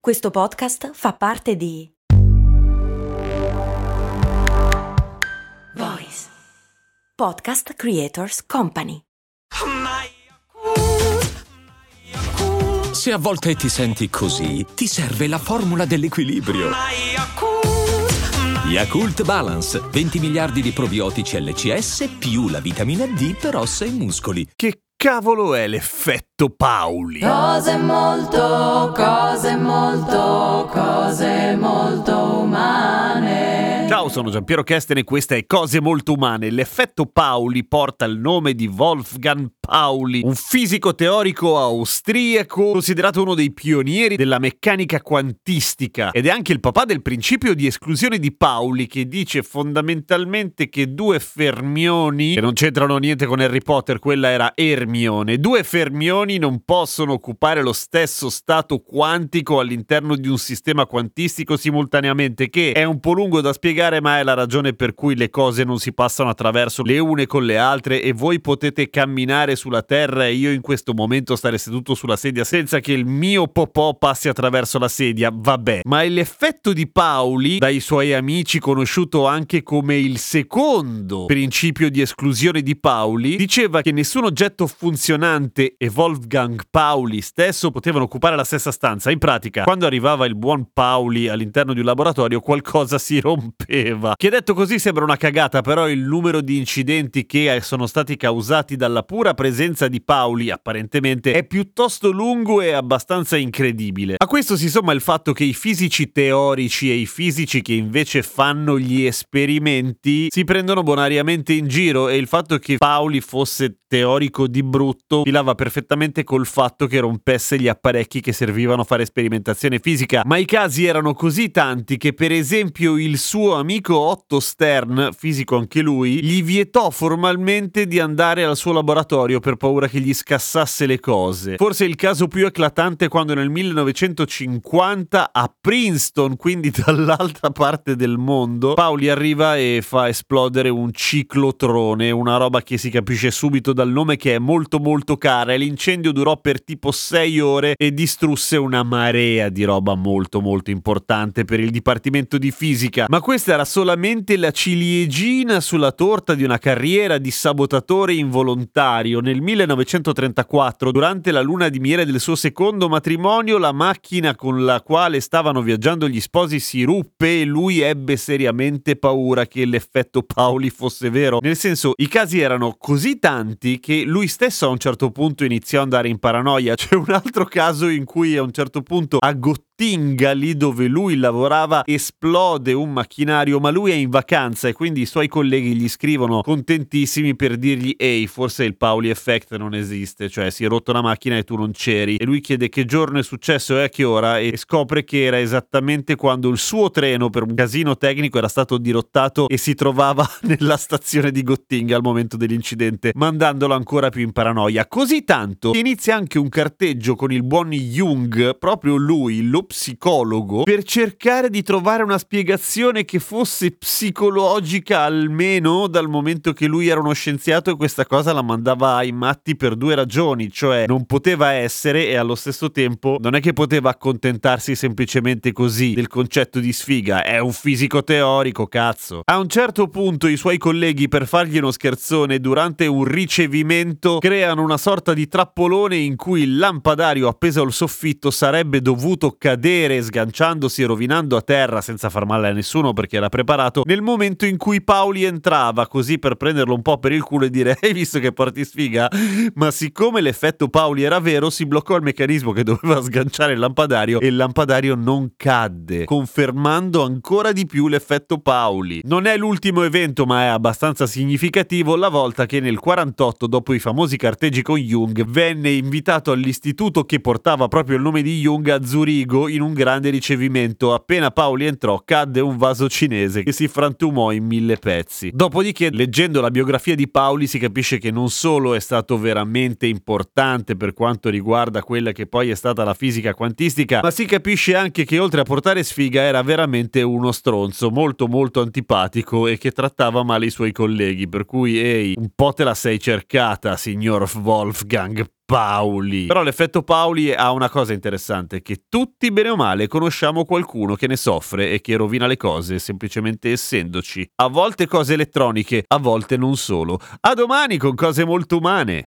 Questo podcast fa parte di Voice Podcast Creators Company. Se a volte ti senti così, ti serve la formula dell'equilibrio. Yakult Balance, 20 miliardi di probiotici LCS più la vitamina D per ossa e muscoli. Che cavolo è l'effetto Pauli? Cose molto umane. Ciao, sono Giampiero Kesten e questa è Cose Molto Umane. L'effetto Pauli porta il nome di Wolfgang Pauli, un fisico teorico austriaco considerato uno dei pionieri della meccanica quantistica ed è anche il papà del principio di esclusione di Pauli, che dice fondamentalmente che due fermioni, che non c'entrano niente con Harry Potter, quella era Ermione, due fermioni non possono occupare lo stesso stato quantico all'interno di un sistema quantistico simultaneamente, che è un po' lungo da spiegare, ma è la ragione per cui le cose non si passano attraverso le une con le altre e voi potete camminare sulla terra e io in questo momento stare seduto sulla sedia senza che il mio popò passi attraverso la sedia, vabbè. Ma l'effetto di Pauli, dai suoi amici conosciuto anche come il secondo principio di esclusione di Pauli, diceva che nessun oggetto funzionante e Wolfgang Pauli stesso potevano occupare la stessa stanza. In pratica, quando arrivava il buon Pauli all'interno di un laboratorio, qualcosa si rompeva. Che detto così sembra una cagata, però il numero di incidenti che sono stati causati dalla pura presenza di Pauli, apparentemente, è piuttosto lungo e abbastanza incredibile. A questo si somma il fatto che i fisici teorici e i fisici che invece fanno gli esperimenti si prendono bonariamente in giro, e il fatto che Pauli fosse teorico di brutto filava perfettamente col fatto che rompesse gli apparecchi che servivano a fare sperimentazione fisica. Ma i casi erano così tanti che, per esempio, il suo amico Otto Stern, fisico anche lui, gli vietò formalmente di andare al suo laboratorio per paura che gli scassasse le cose. Forse il caso più eclatante è quando nel 1950 a Princeton, quindi dall'altra parte del mondo, Pauli arriva e fa esplodere un ciclotrone, una roba che si capisce subito dal nome che è molto molto cara, e l'incendio durò per tipo 6 ore e distrusse una marea di roba molto molto importante per il dipartimento di fisica. Ma questa era solamente la ciliegina sulla torta di una carriera di sabotatore involontario. Nel 1934, durante la luna di miele del suo secondo matrimonio, la macchina con la quale stavano viaggiando gli sposi si ruppe e lui ebbe seriamente paura che l'effetto Pauli fosse vero. Nel senso, i casi erano così tanti che lui stesso a un certo punto iniziò ad andare in paranoia. C'è un altro caso in cui a un certo punto a Gottinga, lì dove lui lavorava, esplode un macchinario, ma lui è in vacanza e quindi i suoi colleghi gli scrivono contentissimi per dirgli: ehi, forse il Pauli effect non esiste, cioè si è rotta una macchina e tu non c'eri. E lui chiede che giorno è successo e a che ora, e scopre che era esattamente quando il suo treno per un casino tecnico era stato dirottato e si trovava nella stazione di Gottinga al momento dell'incidente, mandandolo ancora più in paranoia. Così tanto che inizia anche un carteggio con il buon Jung, proprio lui, lo psicologo, per cercare di trovare una spiegazione che fosse psicologica almeno, dal momento che lui era uno scienziato e questa cosa la mandava ai matti per due ragioni, cioè non poteva essere e allo stesso tempo non è che poteva accontentarsi semplicemente così del concetto di sfiga, è un fisico teorico, cazzo. A un certo punto i suoi colleghi, per fargli uno scherzone, durante un ricevimento creano una sorta di trappolone in cui il lampadario appeso al soffitto sarebbe dovuto cadere sganciandosi e rovinando a terra senza far male a nessuno perché era preparato, nel momento in cui Pauli entrava, così per prenderlo un po' per il culo e dire: hai visto che porti sfiga? Ma siccome l'effetto Pauli era vero, si bloccò il meccanismo che doveva sganciare il lampadario e il lampadario non cadde, confermando ancora di più l'effetto Pauli. Non è l'ultimo evento, ma è abbastanza significativo, la volta che nel 48, dopo i famosi carteggi con Jung, venne invitato all'istituto che portava proprio il nome di Jung a Zurigo in un grande ricevimento. Appena Pauli entrò, cadde un vaso cinese che si frantumò in 1000 pezzi. Dopodiché, leggendo la biografia di Pauli, si capisce che non solo è stato veramente importante per quanto riguarda quella che poi è stata la fisica quantistica, ma si capisce anche che oltre a portare sfiga era veramente uno stronzo molto molto antipatico e che trattava male i suoi colleghi, per cui ehi, un po' te la sei cercata, signor Wolfgang Pauli. Però l'effetto Pauli ha una cosa interessante, che tutti bene o male conosciamo qualcuno che ne soffre e che rovina le cose semplicemente essendoci. A volte cose elettroniche, a volte non solo. A domani con cose molto umane.